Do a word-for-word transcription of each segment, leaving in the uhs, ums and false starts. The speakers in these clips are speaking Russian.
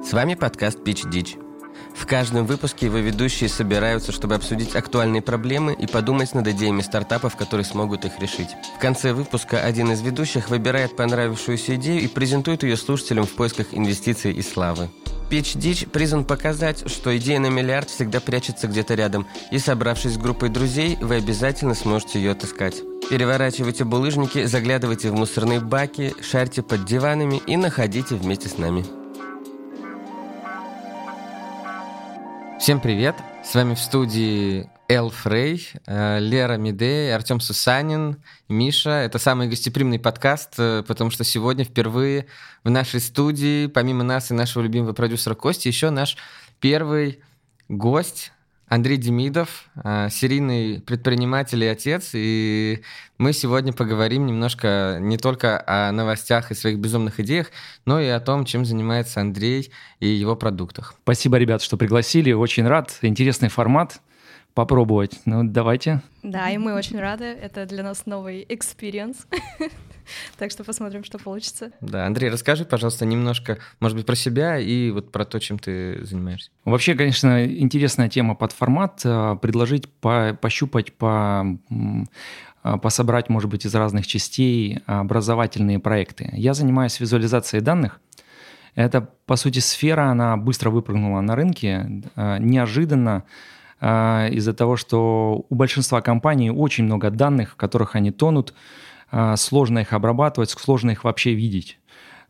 С вами подкаст Pitch Ditch. В каждом выпуске его ведущие собираются, чтобы обсудить актуальные проблемы и подумать над идеями стартапов, которые смогут их решить. В конце выпуска один из ведущих выбирает понравившуюся идею и презентует ее слушателям в поисках инвестиций и славы. Pitch Ditch призван показать, что идея на миллиард всегда прячется где-то рядом, и, собравшись с группой друзей, вы обязательно сможете ее отыскать. Переворачивайте булыжники, заглядывайте в мусорные баки, шарьте под диванами и находите вместе с нами. Всем привет! С вами в студии Эл Фрей, Лера Медей, Артем Сусанин, Миша. Это самый гостеприимный подкаст, потому что сегодня впервые в нашей студии, помимо нас и нашего любимого продюсера Кости, еще наш первый гость Андрей Демидов, серийный предприниматель и отец. И мы сегодня поговорим немножко не только о новостях и своих безумных идеях, но и о том, чем занимается Андрей и его продуктах. Спасибо, ребят, что пригласили. Очень рад. Интересный формат. Попробовать. Ну, давайте. Да, и мы очень рады. Это для нас новый экспириенс. Так что посмотрим, что получится. Да, Андрей, расскажи, пожалуйста, немножко, может быть, про себя и вот про то, чем ты занимаешься. Вообще, конечно, интересная тема под формат. Предложить по, пощупать, по, пособрать, может быть, из разных частей образовательные проекты. Я занимаюсь визуализацией данных. Это, по сути, сфера, она быстро выпрыгнула на рынке, неожиданно, из-за того, что у большинства компаний очень много данных, в которых они тонут, сложно их обрабатывать, сложно их вообще видеть.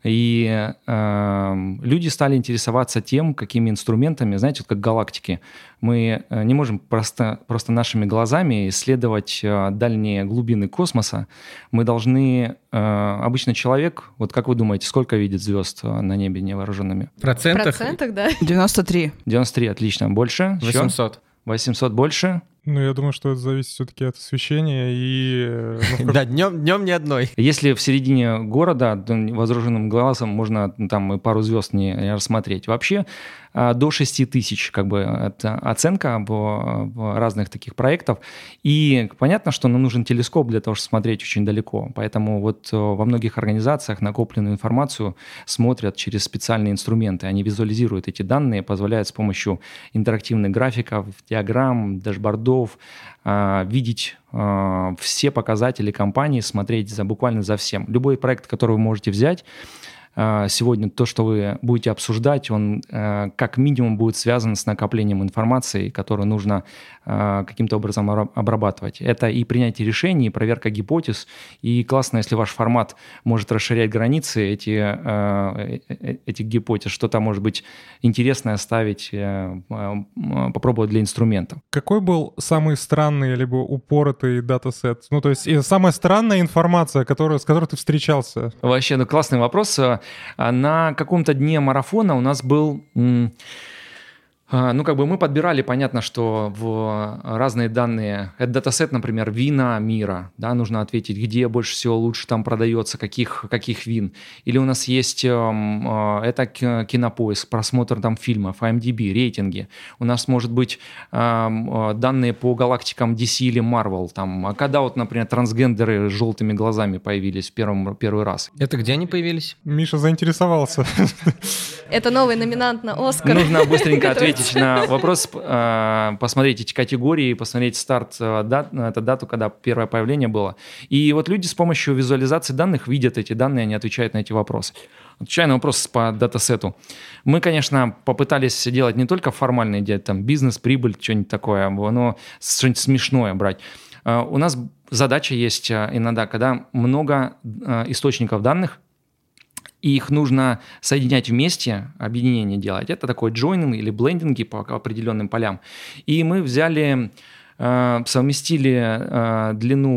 И э, люди стали интересоваться тем, какими инструментами, знаете, вот как галактики. Мы не можем просто, просто нашими глазами исследовать дальние глубины космоса. Мы должны... Э, обычно человек, вот как вы думаете, сколько видит звезд на небе невооруженными? В процентах? В процентах, да. девяносто три. девяносто три, отлично. Больше? восемьсот. восемьсот больше? Ну, я думаю, что это зависит все-таки от освещения и... Ну, да, днем, днем ни одной. Если в середине города вооруженным глазом можно там и пару звезд не, не рассмотреть. Вообще до шести тысяч как бы это оценка разных таких проектов. И понятно, что нам нужен телескоп для того, чтобы смотреть очень далеко. Поэтому вот во многих организациях накопленную информацию смотрят через специальные инструменты. Они визуализируют эти данные, позволяют с помощью интерактивных графиков, диаграмм, дашбордов видеть все показатели компании, смотреть за, буквально за всем. Любой проект, который вы можете взять, сегодня то, что вы будете обсуждать, он как минимум будет связан с накоплением информации, которую нужно каким-то образом обрабатывать. Это и принятие решений, и проверка гипотез. И классно, если ваш формат может расширять границы эти, этих гипотез, что-то, может быть, интересное ставить, попробовать для инструментов. Какой был самый странный либо упоротый датасет? Ну, то есть самая странная информация, которая, с которой ты встречался? Вообще, ну, классный вопрос. На каком-то дне марафона у нас был... Ну, как бы мы подбирали, понятно, что в разные данные, это датасет, например, вина мира, да, нужно ответить, где больше всего лучше там продается, каких, каких вин. Или у нас есть, это Кинопоиск, просмотр там фильмов, ай эм ди би, рейтинги. У нас может быть данные по галактикам ди си или Marvel, там, а когда вот, например, трансгендеры с желтыми глазами появились в первом, первый раз. Это где они появились? Миша заинтересовался. Это новый номинант на Оскар. Нужно быстренько ответить на вопрос, посмотреть эти категории, посмотреть старт, дат, это дату, когда первое появление было. И вот люди с помощью визуализации данных видят эти данные, они отвечают на эти вопросы. Отвечая на вопрос по датасету. Мы, конечно, попытались делать не только формальные, делать там бизнес, прибыль, что-нибудь такое, но что-нибудь смешное брать. У нас задача есть иногда, когда много источников данных, и их нужно соединять вместе, объединение делать. Это такой джойнинг или блендинги по определенным полям. И мы взяли, совместили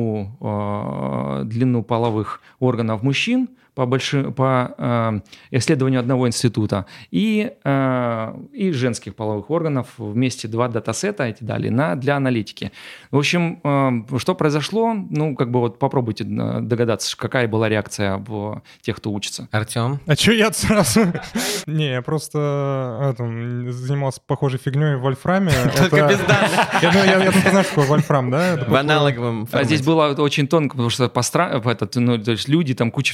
длину, длину половых органов мужчин по, больши, по э, исследованию одного института и, э, и женских половых органов. Вместе два датасета эти дали на, для аналитики. В общем, э, что произошло? Ну, как бы вот попробуйте догадаться, какая была реакция в тех, кто учится. Артем? А чё я сразу? Не, я просто занимался похожей фигней в вольфраме. Только без данных. Я думаю, ты знаешь, что такое вольфрам, да? В аналоговом формате. Здесь было очень тонко, потому что люди, там куча всяких датасетов,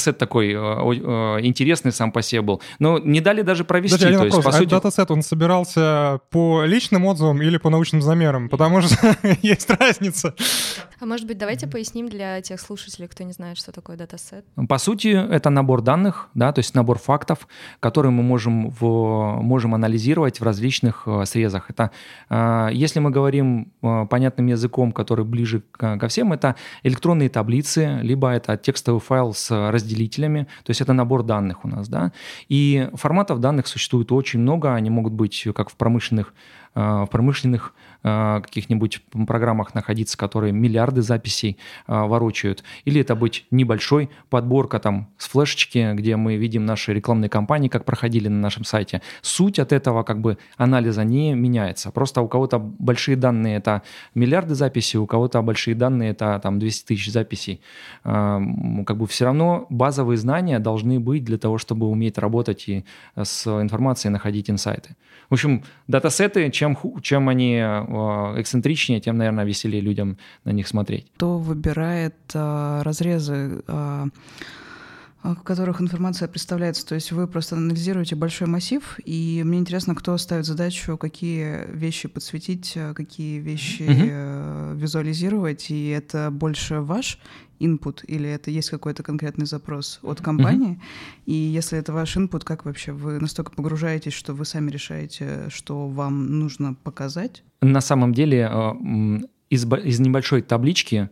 датасет такой э, э, интересный сам по себе был. Но не дали даже провести. Подожди, то есть, вопрос. по А сути... датасет, он собирался по личным отзывам или по научным замерам? Потому что есть разница. А может быть, давайте поясним для тех слушателей, кто не знает, что такое датасет. По сути, это набор данных, да, то есть набор фактов, которые мы можем, в, можем анализировать в различных э, срезах. Это, э, если мы говорим э, понятным языком, который ближе к, ко всем, это электронные таблицы, либо это текстовый файл с разделителями, то есть это набор данных у нас, да. И форматов данных существует очень много, они могут быть как в промышленных в промышленных каких-нибудь программах находиться, которые миллиарды записей ворочают, или это быть небольшой подборка там с флешечки, где мы видим наши рекламные кампании, как проходили на нашем сайте. Суть от этого как бы анализа не меняется. Просто у кого-то большие данные — это миллиарды записей, у кого-то большие данные — это там двести тысяч записей. Как бы все равно базовые знания должны быть для того, чтобы уметь работать и с информацией находить инсайты. В общем, датасеты, чем, чем они эксцентричнее, тем, наверное, веселее людям на них смотреть. Кто выбирает а, разрезы, а, в которых информация представляется? То есть вы просто анализируете большой массив, и мне интересно, кто ставит задачу, какие вещи подсветить, какие вещи mm-hmm. визуализировать, и это больше ваш input, или это есть какой-то конкретный запрос от компании? Mm-hmm. И если это ваш input, как вообще вы настолько погружаетесь, что вы сами решаете, что вам нужно показать? На самом деле из, из небольшой таблички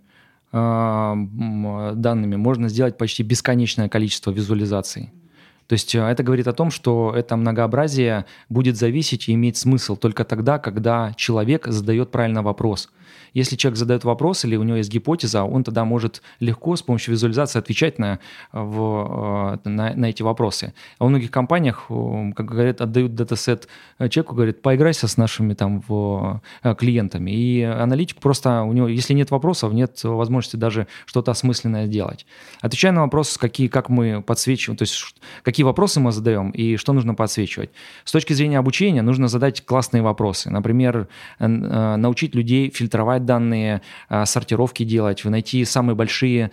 данными можно сделать почти бесконечное количество визуализаций. То есть это говорит о том, что это многообразие будет зависеть и иметь смысл только тогда, когда человек задает правильный вопрос. Если человек задает вопрос или у него есть гипотеза, он тогда может легко с помощью визуализации отвечать на, в, на, на эти вопросы. А во многих компаниях, как говорят, отдают датасет человеку, говорят, поиграйся с нашими там, в, клиентами. И аналитик просто, у него, если нет вопросов, нет возможности даже что-то осмысленное делать. Отвечая на вопрос, какие, как мы подсвечиваем, то есть какие вопросы мы задаем и что нужно подсвечивать. С точки зрения обучения нужно задать классные вопросы. Например, научить людей фильтровать данные, сортировки делать, найти самые большие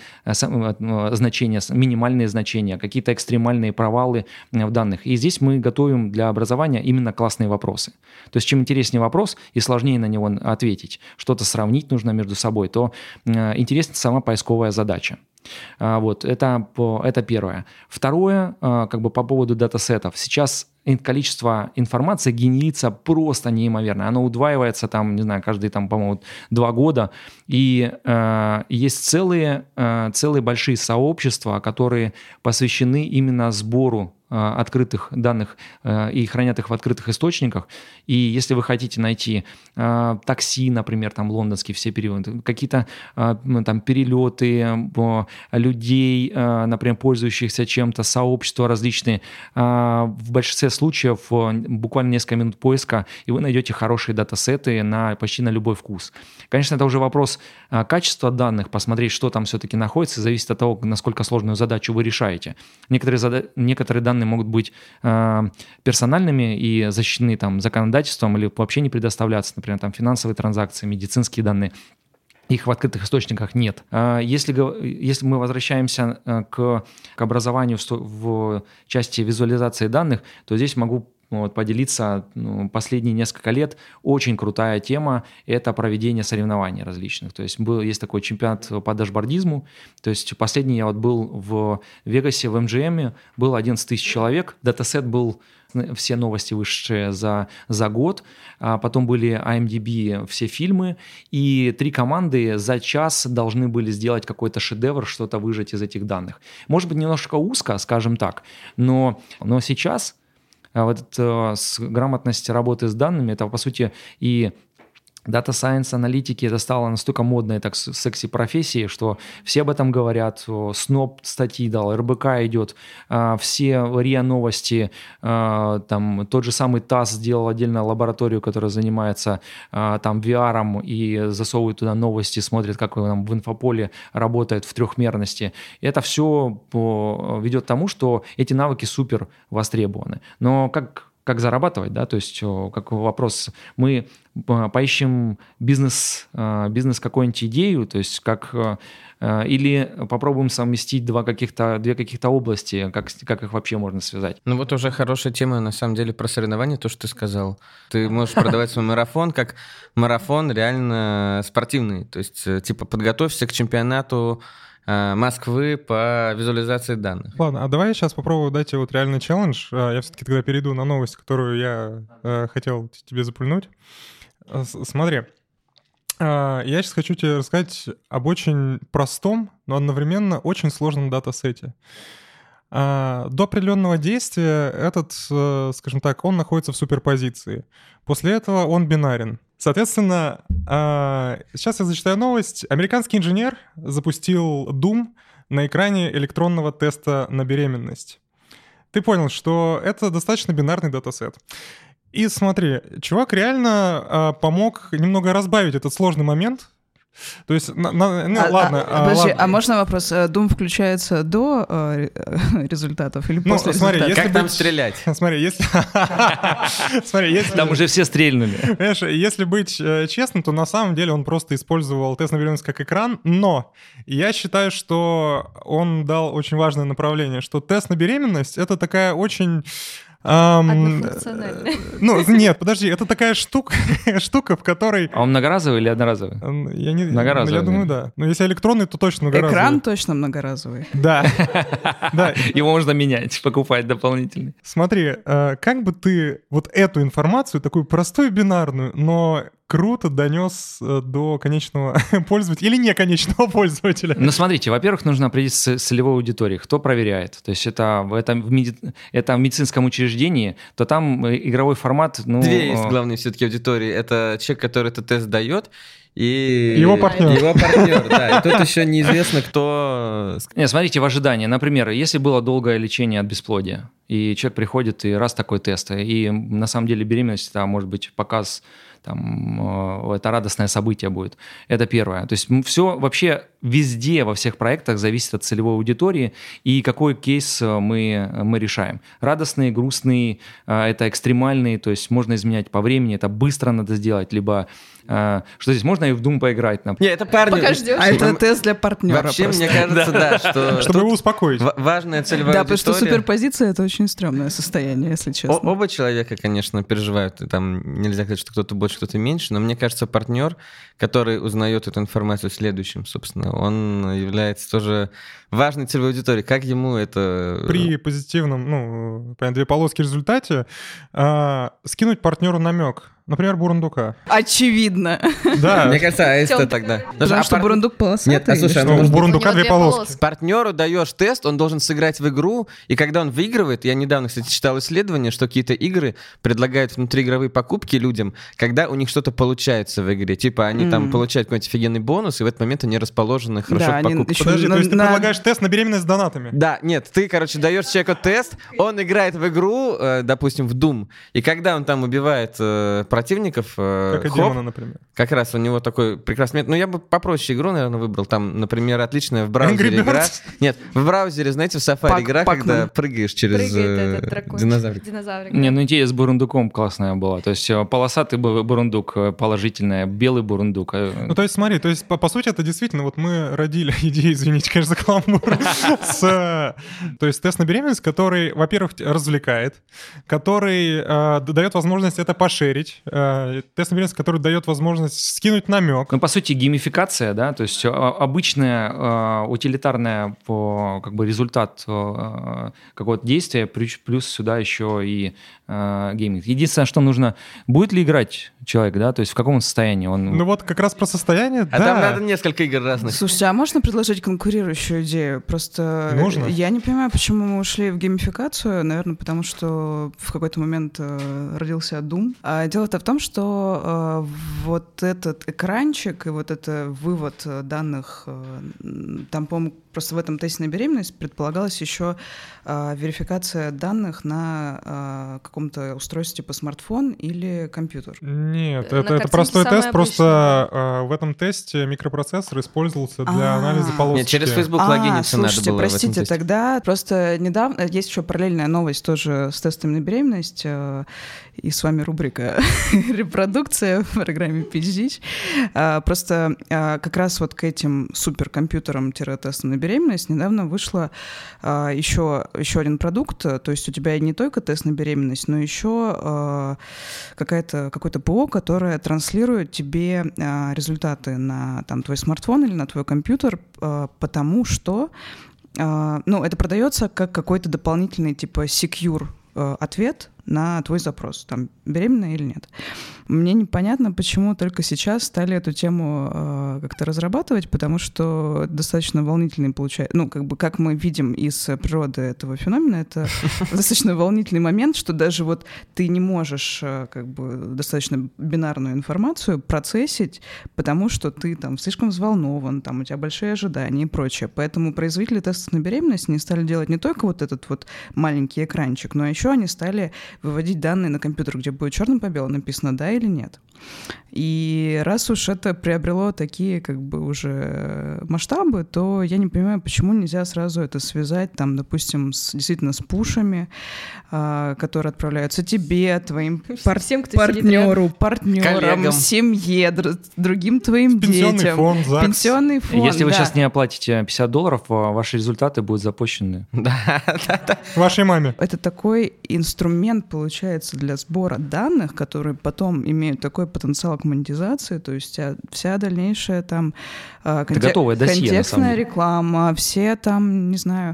значения, минимальные значения, какие-то экстремальные провалы в данных. И здесь мы готовим для образования именно классные вопросы. То есть чем интереснее вопрос и сложнее на него ответить, что-то сравнить нужно между собой, то интереснее сама поисковая задача. Вот, это, это первое. Второе, как бы по поводу датасетов. Сейчас количество информации генерится просто неимоверно. Оно удваивается там, не знаю, каждые, там, по-моему, два года. И э, есть целые, э, целые большие сообщества, которые посвящены именно сбору открытых данных э, и хранят их в открытых источниках. И если вы хотите найти э, такси, например, там лондонские все переводы, какие-то э, там перелеты э, людей, э, например, пользующихся чем-то, сообщества различные, э, в большинстве случаев э, буквально несколько минут поиска, и вы найдете хорошие датасеты на, почти на любой вкус. Конечно, это уже вопрос э, качества данных, посмотреть, что там все-таки находится, зависит от того, насколько сложную задачу вы решаете. Некоторые, зада- некоторые данные могут быть э, персональными и защищены там, законодательством или вообще не предоставляться, например, там, финансовые транзакции, медицинские данные. Их в открытых источниках нет. Если, если мы возвращаемся к, к образованию в, в части визуализации данных, то здесь могу вот, поделиться, ну, последние несколько лет очень крутая тема – это проведение соревнований различных. То есть был, есть такой чемпионат по дашбордизму. То есть последний я вот был в Вегасе, в эм джи эм, был одиннадцать тысяч человек, датасет был все новости вышедшие за, за год, а потом были ай эм ди би все фильмы, и три команды за час должны были сделать какой-то шедевр, что-то выжать из этих данных. Может быть, немножко узко, скажем так, но, но сейчас вот это, с грамотность работы с данными, это, по сути, и Data Science, аналитики, это стало настолько модной, так секси-профессией, что все об этом говорят. СНОП статьи дал, эр бэ ка идет, все РИА новости, там тот же самый ТАСС сделал отдельную лабораторию, которая занимается там ви ар и засовывает туда новости, смотрит, как там в инфополе работает в трехмерности. И это все ведет к тому, что эти навыки супер востребованы. Но как как зарабатывать, да, то есть как вопрос, мы поищем бизнес, бизнес какую-нибудь идею, то есть как или попробуем совместить два каких-то, две каких-то области, как, как их вообще можно связать. Ну вот уже хорошая тема, на самом деле, про соревнования, то, что ты сказал. Ты можешь продавать свой марафон как марафон реально спортивный, то есть типа подготовься к чемпионату Москвы по визуализации данных. Ладно, а давай я сейчас попробую дать тебе вот реальный челлендж. Я все-таки тогда перейду на новость, которую я э, хотел тебе запульнуть. Смотри, я сейчас хочу тебе рассказать об очень простом, но одновременно очень сложном датасете. До определенного действия этот, скажем так, он находится в суперпозиции. После этого он бинарен. Соответственно, сейчас я зачитаю новость. Американский инженер запустил Doom на экране электронного теста на беременность. Ты понял, что это достаточно бинарный датасет. И смотри, чувак реально помог немного разбавить этот сложный момент. То есть, на, на, ну, а, ладно. А, подожди, ладно. а можно вопрос? Doom включается до э, результатов или ну, после смотри, результатов? если как там быть... стрелять? Смотри, если... Смотри, если... Там уже все стрельнули. Понимаешь, если быть э, честным, то на самом деле он просто использовал тест на беременность как экран, но я считаю, что он дал очень важное направление, что тест на беременность — это такая очень... Um, Однофункциональный. Ну, нет, подожди, это такая штука, штука, в которой... А он многоразовый или одноразовый? Я не, Многоразовый. Я думаю, да. Но если электронный, то точно многоразовый. Экран точно многоразовый. Да. Да. Его можно менять, покупать дополнительный. Смотри, как бы ты вот эту информацию, такую простую бинарную, но круто донес до конечного пользователя или не конечного пользователя. Ну, смотрите, во-первых, нужно определить целевой аудитории, кто проверяет. То есть это в, этом, в, меди... это в медицинском учреждении, то там игровой формат... Ну, Две есть главные все-таки аудитории. Это человек, который этот тест дает, и... Его партнер. Его партнер, да. И тут еще неизвестно, кто... Нет, смотрите, в ожидании. Например, если было долгое лечение от бесплодия, и человек приходит, и раз такой тест, и на самом деле беременность, это может быть показ... Там, это радостное событие будет. Это первое. То есть все вообще везде, во всех проектах зависит от целевой аудитории и какой кейс мы, мы решаем. Радостные, грустные, это экстремальные, то есть можно изменять по времени, это быстро надо сделать, либо что здесь можно и в Doom поиграть. Например. Не, это парни... Пока ждешь. А это тест для партнера. Вообще, просто. мне кажется, да, что... Чтобы его успокоить. Важная целевая Да, аудитория... потому что суперпозиция — это очень стрёмное состояние, если честно. О- оба человека, конечно, переживают. Там нельзя сказать, что кто-то больше, кто-то меньше, но мне кажется, партнер, который узнает эту информацию следующим, собственно, он является тоже важной целевой аудиторией. Как ему это... При позитивном, ну, понятно, две полоски в результате а, скинуть партнеру намек. Например, Бурундука. Очевидно. Да. Мне кажется, а это Тём, тогда... Потому что Бурундук полосатый. Нет, а или слушай, что? а Ну, у может быть, Бурундука У него две две полоски. полоски. Партнеру даешь тест, он должен сыграть в игру, и когда он выигрывает, я недавно, кстати, читал исследование, что какие-то игры предлагают внутриигровые покупки людям, когда у них что-то получается в игре. Типа они Mm. там получают какой-нибудь офигенный бонус, и в этот момент они расположены хорошо Да, к они покупке. еще Подожди, на- то есть ты на- предлагаешь тест на беременность с донатами? Да, нет, ты, короче, даешь человеку тест, он играет в игру, э, допустим, в Doom, и когда он там убивает э, противников, э, Как и хоп, демона, например. как раз у него такой прекрасный... Ну, я бы попроще игру, наверное, выбрал. Там, например, отличная в браузере Angry игра. Birds? Нет, в браузере, знаете, в Safari Пак- игра, Пакман. когда прыгаешь через Прыгает э, этот дракон. динозаврик. Динозаврик. Не, да. ну идея с бурундуком классная была. То есть э, полосатый бу- бурундук э, положительная, белый бурундук. э, Ну, то есть, смотри, то есть, по, по сути, это действительно, вот мы родили идею, извините, конечно, за каламбур, с, э, то есть тест на беременность, который, во-первых, т- развлекает, который э, д- дает возможность это пошерить, э, тест на беременность, который дает возможность скинуть намек. Ну, по сути, геймификация, да, то есть а, обычная а, утилитарная по, как бы результат а, какого-то действия, плюс, плюс сюда еще и а, гейминг. Единственное, что нужно, будет ли играть человек, да, то есть в каком он состоянии он... Ну вот как раз про состояние, А да. там надо несколько игр разных. Слушайте, а можно предложить конкурирующую идею? Просто Нужно. я не понимаю, почему мы ушли в геймификацию. Наверное, потому что в какой-то момент э, родился Doom. А дело-то в том, что э, вот этот экранчик и вот это вывод данных, э, там, по-моему, просто в этом тесте на беременность предполагалась еще э, верификация данных на э, каком-то устройстве типа смартфон или компьютер. Нет, На это, это картинке простой самое тест, обычное. просто э, в этом тесте микропроцессор использовался для А. анализа полосочки. Нет, через Facebook А, логиниться надо слушайте, было в этом простите, тесте. тогда просто недавно есть еще параллельная новость тоже с тестами на беременность, э, и с вами рубрика «Репродукция» в программе пи эйч ди. А, Просто а, как раз вот к этим суперкомпьютерам-тестам на беременность недавно вышла а, еще, еще один продукт, то есть у тебя не только тест на беременность, но еще а, какая-то, какое-то ПО, которое транслирует тебе а, результаты на там, твой смартфон или на твой компьютер, а, потому что а, ну, это продается как какой-то дополнительный типа secure а, ответ на твой запрос, там, беременна или нет. Мне непонятно, почему только сейчас стали эту тему э, как-то разрабатывать, потому что достаточно волнительный получается, ну, как бы, как мы видим из природы этого феномена, это достаточно волнительный момент, что даже вот ты не можешь э, как бы достаточно бинарную информацию процессить, потому что ты там слишком взволнован, там у тебя большие ожидания и прочее. Поэтому производители тестов на беременность не стали делать не только вот этот вот маленький экранчик, но еще они стали выводить данные на компьютер, где будет черным по белому написано «да» или «нет». И раз уж это приобрело такие как бы уже масштабы, то я не понимаю, почему нельзя сразу это связать, там, допустим, с, действительно с пушами, а, которые отправляются тебе, твоим пар- Всем, кто сидит партнеру, партнерам, Коллегам. семье, др- другим твоим Пенсионный детям. фонд, ЗАГС. Пенсионный фонд, Если вы да. сейчас не оплатите пятьдесят долларов, ваши результаты будут запущены. Да, да, да. Вашей маме. Это такой инструмент, получается, для сбора данных, которые потом имеют такой потенциал к монетизации, то есть вся, вся дальнейшая там а, конте- готовое досье, на самом контекстная деле. реклама, все там, не знаю,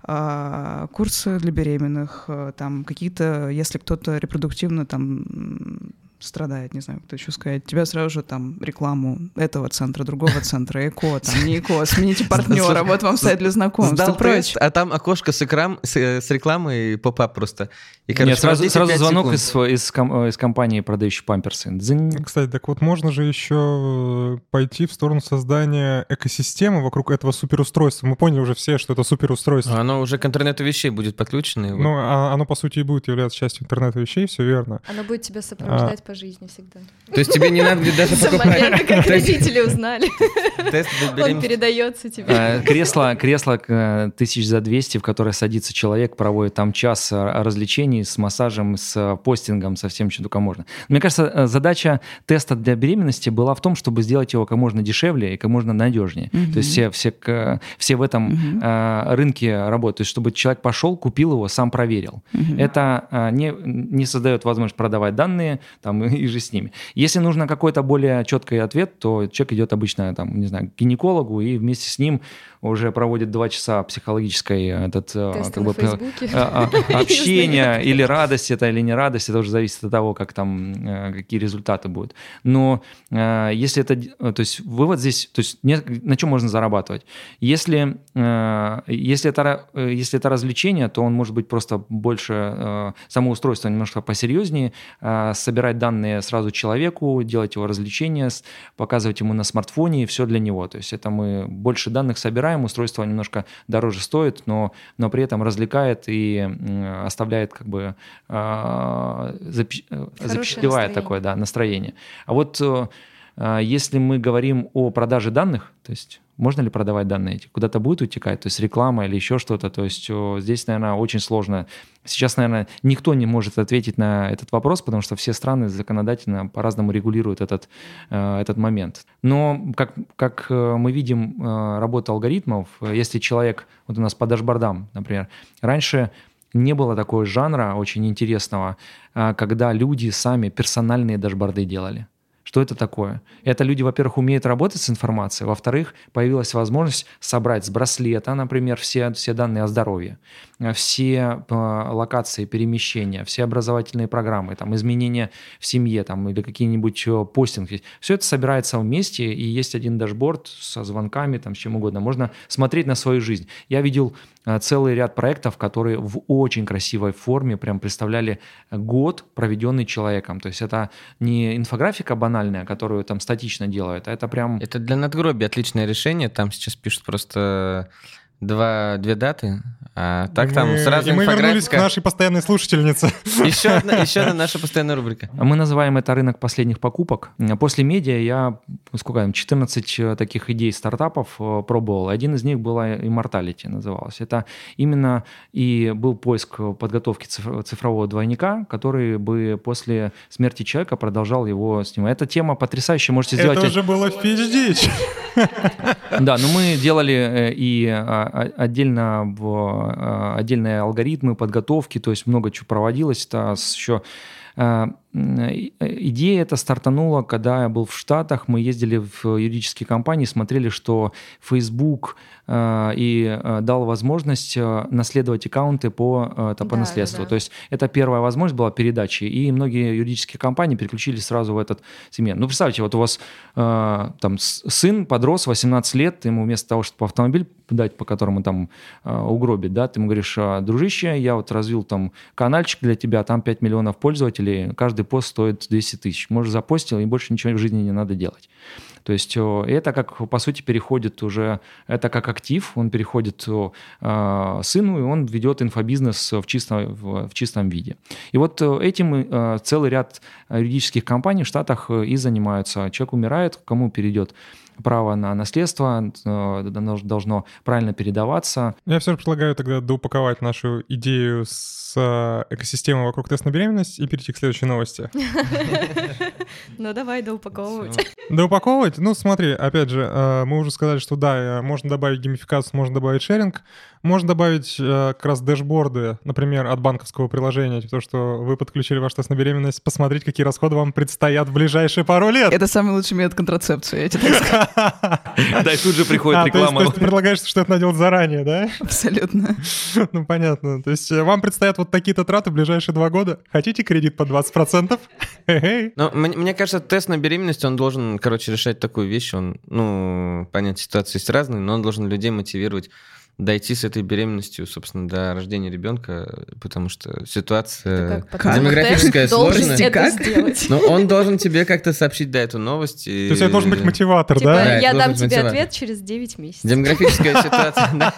а, курсы для беременных, а, там какие-то, если кто-то репродуктивно там м, страдает, не знаю, кто еще сказать, тебя сразу же там рекламу этого центра, другого центра, ЭКО, там не ЭКО, смените партнера, вот вам сайт для знакомств и Сдал прочее. тест, а там окошко с, экран, с, э, с рекламой и поп-ап просто. И, короче, Нет, сразу, подождите сразу пять звонок секунд. из, из, ком- из компании, продающей памперсы. Дзынь. Кстати, так вот можно же еще пойти в сторону создания экосистемы вокруг этого суперустройства. Мы поняли уже все, что это суперустройство. Оно уже к интернету вещей будет подключено. и вот. Ну, а оно, по сути, и будет являться частью интернета вещей, все верно. Оно будет тебя сопровождать по жизни всегда. То есть тебе не надо будет даже С момента, покупать как То есть родители узнали, тест для он беременности. передается тебе. Э, Кресло, кресло э, тысяч за двести, в которое садится человек, проводит там час э, развлечений с массажем, с э, постингом, со всем, что только можно. Мне кажется, э, задача теста для беременности была в том, чтобы сделать его как можно дешевле и как можно надежнее. Мгм. То есть все, все, к- все в этом Мгм. э, рынке работают. То есть чтобы человек пошел, купил его, сам проверил. Мгм. Это э, не, не создает возможность продавать данные там, и же с ними. Если нужно какой-то более четкий ответ, то человек идет обычно там, не знаю, к гинекологу и вместе с ним уже проводит два часа психологической этот, э, Тесты как на бы, Фейсбуке. а- а- общения или радость это или не радость, это уже зависит от того, как там, э, какие результаты будут. Но э, если это, д- то есть вывод здесь, то есть не- на чем можно зарабатывать? Если, э, если, это, ра- э, если это развлечение, то он может быть просто больше, э, само устройство немножко посерьезнее, э, собирать данные сразу человеку, делать его развлечения, с- показывать ему на смартфоне, и все для него. То есть это мы больше данных собираем, устройство немножко дороже стоит, но, но при этом развлекает и м, оставляет как бы э, запи- э, запечатлевает настроение. такое да, настроение. А вот э, э, если мы говорим о продаже данных, то есть можно ли продавать данные эти? Куда-то будет утекать, то есть реклама или еще что-то. То есть о, здесь, наверное, очень сложно. Сейчас, наверное, никто не может ответить на этот вопрос, потому что все страны законодательно по-разному регулируют этот, э, этот момент. Но как, как э, мы видим э, работу алгоритмов, э, если человек, вот у нас по дашбордам, например, раньше не было такого жанра очень интересного, э, когда люди сами персональные дашборды делали. Что это такое? Это люди, во-первых, умеют работать с информацией, во-вторых, появилась возможность собрать с браслета, например, все, все данные о здоровье, все э, локации перемещения, все образовательные программы, там, изменения в семье там, или какие-нибудь э, постинги. Все это собирается вместе, и есть один дашборд со звонками, там, с чем угодно. Можно смотреть на свою жизнь. Я видел э, целый ряд проектов, которые в очень красивой форме прям представляли год, проведенный человеком. То есть это не инфографика банальная, которую там статично делают, а это прям... Это для надгробия отличное решение. Там сейчас пишут просто два, две даты, а так и там мы, сразу и мы вернулись к инфографика. нашей постоянной слушательнице. Еще одна, еще одна наша постоянная рубрика. Мы называем это рынок последних покупок. После медиа я, сколько там, четырнадцать таких идей стартапов пробовал. Один из них была Immortality, называлась. Это именно и был поиск подготовки цифрового двойника, который бы после смерти человека продолжал его снимать. Эта тема потрясающая, можете сделать... Это уже было в пи эйч ди. Да, но мы делали и отдельно в отдельные алгоритмы подготовки, то есть много чего проводилось. Это еще идея эта стартанула, когда я был в Штатах, мы ездили в юридические компании, смотрели, что Facebook э, и э, дал возможность э, наследовать аккаунты по, э, это, по Да, наследству. да, да. То есть это первая возможность была передачи, и многие юридические компании переключились сразу в этот сегмент. Ну, представьте, вот у вас э, там сын подрос, восемнадцать лет, ему вместо того, чтобы автомобиль дать, по которому там э, угробить, да, ты ему говоришь: дружище, я вот развил там канальчик для тебя, там пять миллионов пользователей, каждый пост стоит двести тысяч. Можешь запостил, и больше ничего в жизни не надо делать. То есть это как, по сути, переходит уже, это как актив, он переходит э, сыну, и он ведет инфобизнес в чистом, в, в чистом виде. И вот этим э, целый ряд юридических компаний в Штатах и занимаются. Человек умирает, кому перейдет право на наследство, должно правильно передаваться. Я все же предлагаю тогда доупаковать нашу идею с экосистемой вокруг теста на беременность и перейти к следующей новости. Ну давай доупаковывать. Доупаковывать? Ну смотри, опять же, мы уже сказали, что да, можно добавить геймификацию, можно добавить шеринг, можно добавить как раз дэшборды, например, от банковского приложения, то, что вы подключили ваш тест на беременность, посмотреть, какие расходы вам предстоят в ближайшие пару лет. Это самый лучший метод контрацепции, я тебе так скажу. Да, и тут же приходит реклама. То есть ты предлагаешь, что это надо делать заранее, да? Абсолютно. Ну, понятно. То есть вам предстоят вот такие-то траты в ближайшие два года. Хотите кредит по двадцать процентов? Ну, мне, мне кажется, тест на беременность, он должен, короче, решать такую вещь. Он, ну, понятно, ситуации есть разные, но он должен людей мотивировать дойти с этой беременностью, собственно, до рождения ребенка, потому что ситуация демографическая сложная. Как? Но он должен тебе как-то сообщить, да, эту новость. То есть это должен быть мотиватор, типа, да? Да, я это дам должен тебе быть ответ через девять месяцев. Демографическая ситуация, да.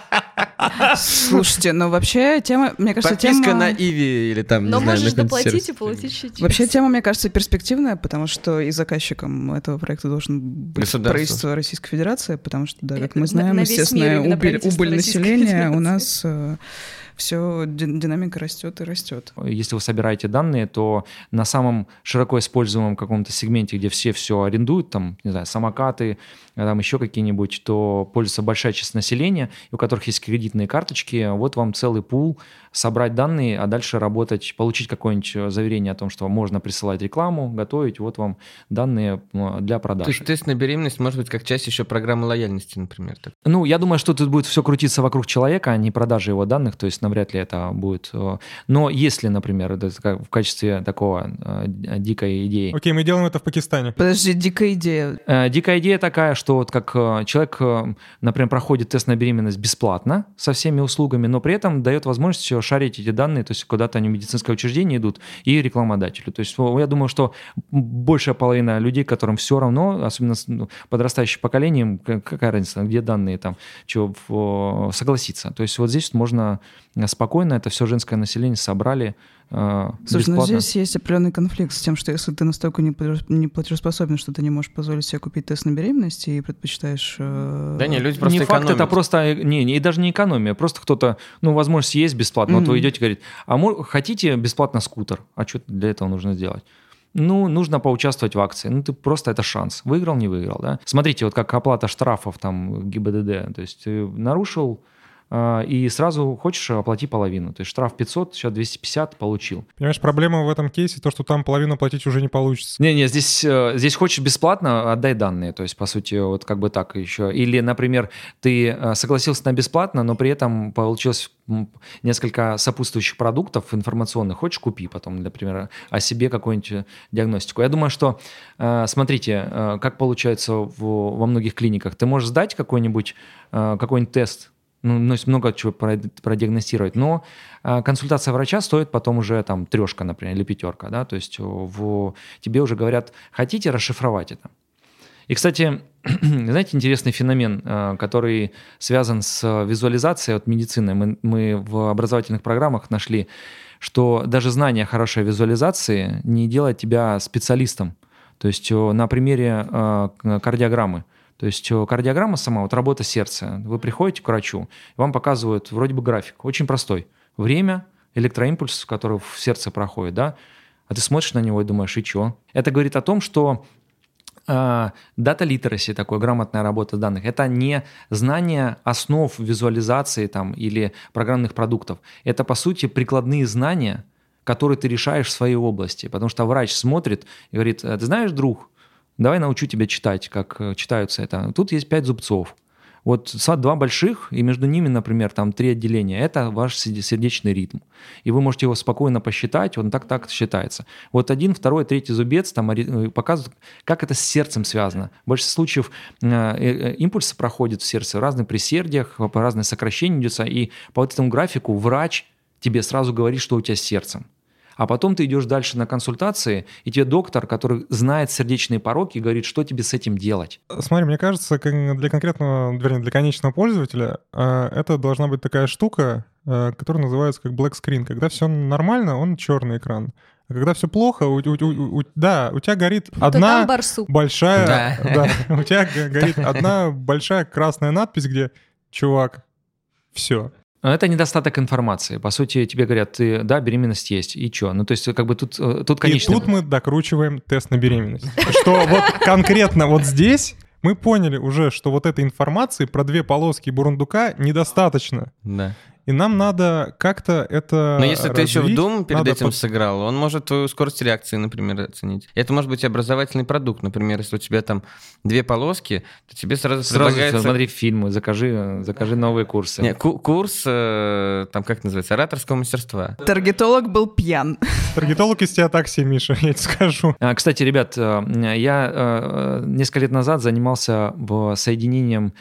Слушайте, ну вообще тема, мне кажется, Подписка тема... на Иви или там, не Но знаю, можешь на какой-нибудь доплатить сервис. и получить чуть-чуть. Вообще тема, мне кажется, перспективная, потому что и заказчиком этого проекта должен быть Государство. правительство Российской Федерации, потому что, да, как На- мы знаем, на весь мир естественно, именно убыль, правительство убыль Российской населения у Федерации. нас все, динамика растет и растет. Если вы собираете данные, то на самом широко используемом каком-то сегменте, где все все арендуют, там, не знаю, самокаты, там еще какие-нибудь, то пользуется большая часть населения, у которых есть кредитные карточки, вот вам целый пул, собрать данные, а дальше работать, получить какое-нибудь заверение о том, что можно присылать рекламу, готовить, вот вам данные для продаж. То есть тест на беременность может быть как часть еще программы лояльности, например. Так. Ну, я думаю, что тут будет все крутиться вокруг человека, а не продажи его данных, то есть навряд ли это будет. Но если, например, это в качестве такого дикой идеи. Окей, мы делаем это в Пакистане. Подожди, дикая идея. Дикая идея такая, что вот как человек, например, проходит тест на беременность бесплатно со всеми услугами, но при этом дает возможность еще шарить эти данные, то есть куда-то они в медицинское учреждение идут, и рекламодателю. То есть я думаю, что большая половина людей, которым все равно, особенно подрастающим поколением, какая разница, где данные там, что согласиться. То есть вот здесь можно спокойно это все женское население собрали. Э, Слушай, ну бесплатно. здесь есть определенный конфликт с тем, что если ты настолько не платеж- не платежеспособен, что ты не можешь позволить себе купить тест на беременность и предпочитаешь... э, Да не, люди просто не факт, экономят. это просто, не, не, и даже не экономия, просто кто-то, ну, возможность есть бесплатно, вот Мгм. вы идете и говорите, а мо- хотите бесплатно скутер, а что для этого нужно сделать? Ну, нужно поучаствовать в акции. Ну, ты просто это шанс. Выиграл, не выиграл, да? Смотрите, вот как оплата штрафов там ГИБДД, то есть ты нарушил, э, и сразу хочешь, оплати половину. То есть штраф пятьсот, сейчас двести пятьдесят получил. Понимаешь, проблема в этом кейсе то, что там половину платить уже не получится. Не-не, здесь, э, здесь хочешь бесплатно, отдай данные. То есть, по сути, вот как бы так еще. Или, например, ты э, согласился на бесплатно, но при этом получилось м, несколько сопутствующих продуктов информационных. Хочешь, купи потом, например, о себе какую-нибудь диагностику. Я думаю, что, э, смотрите, э, как получается в- во многих клиниках. Ты можешь сдать какой-нибудь, э, какой-нибудь тест, ну, ну, есть много чего продиагностировать, но э, консультация врача стоит потом уже там трешка, например, или пятерка, да, то есть в, тебе уже говорят, хотите расшифровать это? И, кстати, знаете, интересный феномен, который связан с визуализацией от медицины. Мы, мы в образовательных программах нашли, что даже знание хорошей визуализации не делает тебя специалистом. То есть на примере кардиограммы. То есть кардиограмма сама, вот работа сердца. Вы приходите к врачу, вам показывают вроде бы график, очень простой. Время, электроимпульс, который в сердце проходит, да, а ты смотришь на него и думаешь, и чё? Это говорит о том, что дата литераси, такой грамотная работа данных, это не знание основ визуализации там, или программных продуктов. Это, по сути, прикладные знания, которые ты решаешь в своей области. Потому что врач смотрит и говорит, ты знаешь, друг, давай научу тебя читать, как читаются это. Тут есть пять зубцов. Вот два больших, и между ними, например, там три отделения. Это ваш сердечный ритм. И вы можете его спокойно посчитать, он так-так считается. Вот один, второй, третий зубец там показывают, как это с сердцем связано. В большинстве случаев импульсы проходят в сердце в разных пресердиях, по разным сокращениям идется, и по вот этому графику врач тебе сразу говорит, что у тебя с сердцем. А потом ты идешь дальше на консультации, и тебе доктор, который знает сердечные пороки, говорит, что тебе с этим делать. Смотри, мне кажется, для конкретного, вернее, для конечного пользователя это должна быть такая штука, которая называется как black screen. Когда все нормально, он черный экран. А когда все плохо, у, у, у, у, да, у тебя горит одна большая... Да. Да, у тебя горит одна большая красная надпись, где «Чувак, все». Это недостаток информации. По сути, тебе говорят, ты, да, беременность есть, и что? Ну, то есть, как бы тут, тут конечно... И тут мы докручиваем тест на беременность. Что вот конкретно вот здесь мы поняли уже, что вот этой информации про две полоски бурундука недостаточно. Да. И нам надо как-то это Но если развить, ты еще в Doom перед надо этим под... сыграл, он может твою скорость реакции, например, оценить. Это может быть образовательный продукт. Например, если у тебя там две полоски, то тебе сразу, сразу предлагается... смотри фильмы, закажи, закажи новые курсы. Не, ку- курс, э, там как называется, ораторского мастерства. Таргетолог был пьян. Таргетолог из тебя такси, Миша, я тебе скажу. Кстати, ребят, я несколько лет назад занимался соединением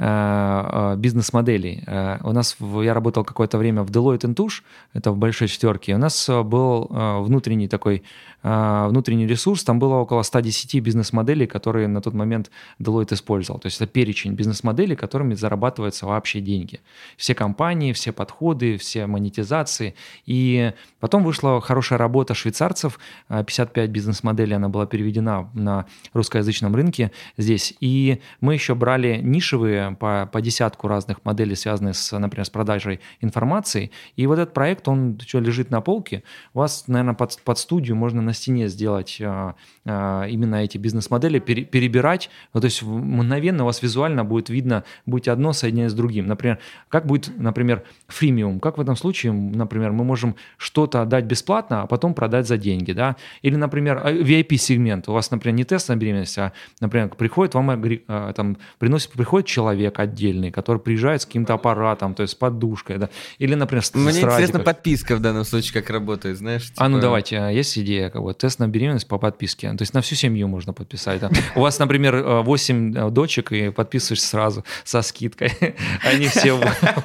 бизнес-моделей. У нас, я работал какое-то время в Deloitte энд Touche, это в большой четверке. У нас был внутренний такой внутренний ресурс, там было около сто десять бизнес-моделей, которые на тот момент Deloitte использовал. То есть это перечень бизнес-моделей, которыми зарабатываются вообще деньги. Все компании, все подходы, все монетизации. И потом вышла хорошая работа швейцарцев, пятьдесят пять бизнес-моделей, она была переведена на русскоязычном рынке здесь. И мы еще брали нишевые по, по десятку разных моделей, связанных, с, например, с продажей информации. И вот этот проект, он что, лежит на полке. У вас, наверное, под, под студию можно на стене сделать а, а, именно эти бизнес-модели, пере, перебирать. Ну, то есть мгновенно у вас визуально будет видно, будете одно соединять с другим. Например, как будет, например, фримиум. Как в этом случае, например, мы можем что-то отдать бесплатно, а потом продать за деньги. Да? Или, например, ви ай пи-сегмент. У вас, например, не тест на беременность, а, например, приходит вам, там, приносит, приходит человек отдельный, который приезжает с каким-то аппаратом, то есть с подушкой. Да? Или, например, с Мне с интересно радикой. Подписка в данном случае как работает, знаешь? Типа... А ну давайте, есть идея, как бы, тест на беременность по подписке. То есть на всю семью можно подписать. Да? У вас, например, восемь дочек, и подписываешь сразу со скидкой. Они все...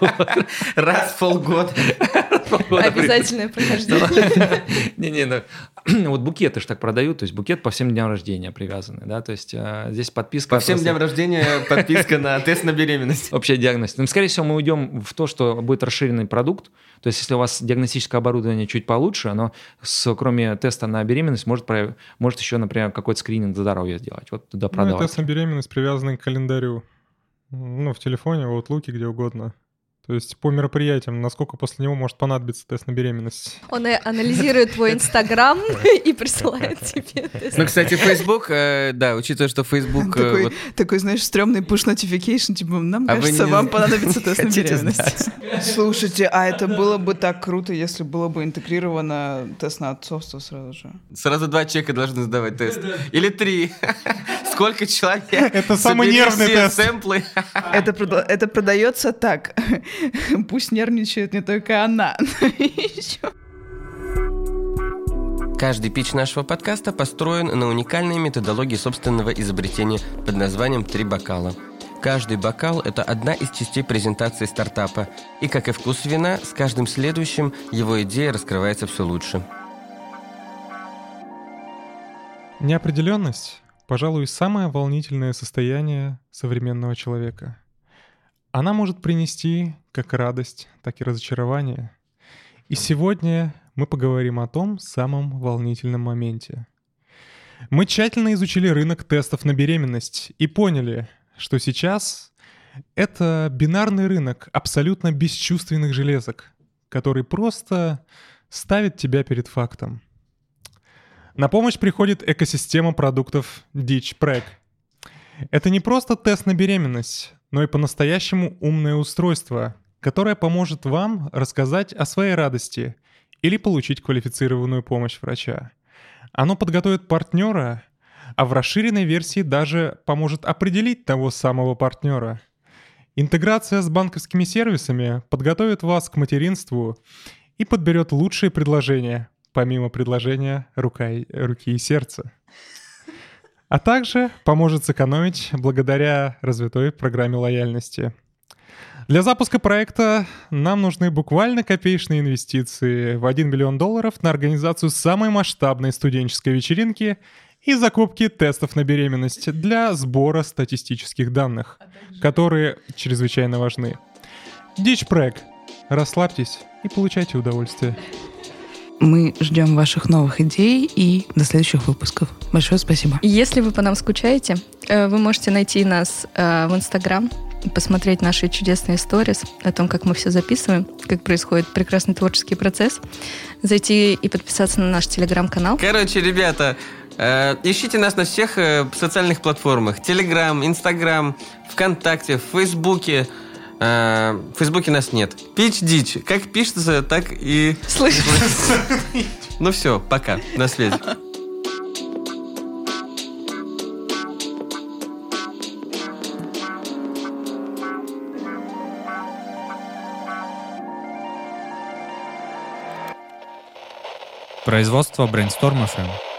Раз в полгода. Обязательное прохождение. Не-не, вот букеты же так продают, то есть букет по всем дням рождения привязанный, да, то есть здесь подписка... По всем дням рождения подписка на тест на беременность. Общая диагностика. Но, скорее всего, мы уйдем в то, что будет расширенный продукт, то есть если у вас диагностическое оборудование чуть получше, оно, с, кроме теста на беременность, может, может еще, например, какой-то скрининг здоровья сделать, вот туда продавать. Ну, тест на беременность привязанный к календарю, ну, в телефоне, в Outlook, где угодно. То есть по мероприятиям, насколько после него может понадобиться тест на беременность. Он анализирует твой Инстаграм и присылает тебе тест. Ну, кстати, Facebook, э, да, учитывая, что Facebook... Э, такой, вот... такой, знаешь, стрёмный push-notification, типа, нам а кажется, не... вам понадобится тест на беременность. Слушайте, а это было бы так круто, если было бы интегрировано тест на отцовство сразу же. Сразу два человека должны сдавать тест. Или три. Сколько человек? Это самый нервный тест. Сэмплы. Это, прода- это продается так. Пусть нервничает не только она, но и еще. Каждый пич нашего подкаста построен на уникальной методологии собственного изобретения под названием «Три бокала». Каждый бокал – это одна из частей презентации стартапа. И, как и вкус вина, с каждым следующим его идея раскрывается все лучше. Неопределенность пожалуй, самое волнительное состояние современного человека. Она может принести как радость, так и разочарование. И сегодня мы поговорим о том самом волнительном моменте. Мы тщательно изучили рынок тестов на беременность и поняли, что сейчас это бинарный рынок абсолютно бесчувственных железок, который просто ставит тебя перед фактом. На помощь приходит экосистема продуктов DitchPreg. Это не просто тест на беременность, но и по-настоящему умное устройство, которое поможет вам рассказать о своей радости или получить квалифицированную помощь врача. Оно подготовит партнера, а в расширенной версии даже поможет определить того самого партнера. Интеграция с банковскими сервисами подготовит вас к материнству и подберет лучшие предложения, помимо предложения рука и, руки и сердца. А также поможет сэкономить благодаря развитой программе лояльности. Для запуска проекта нам нужны буквально копеечные инвестиции в один миллион долларов на организацию самой масштабной студенческой вечеринки и закупки тестов на беременность для сбора статистических данных, которые чрезвычайно важны. DitchPreg. Расслабьтесь и получайте удовольствие. Мы ждем ваших новых идей и до следующих выпусков. Большое спасибо. Если вы по нам скучаете, вы можете найти нас в Инстаграм, посмотреть наши чудесные сторис о том, как мы все записываем, как происходит прекрасный творческий процесс, зайти и подписаться на наш Телеграм-канал. Короче, ребята, э, ищите нас на всех э, социальных платформах. Телеграм, Инстаграм, ВКонтакте, в Фейсбуке. Э, в Фейсбуке нас нет. Pitch Ditch. Как пишется, так и... Слышишь? Ну все, пока. На связи. Производство Brainstorm эф эм.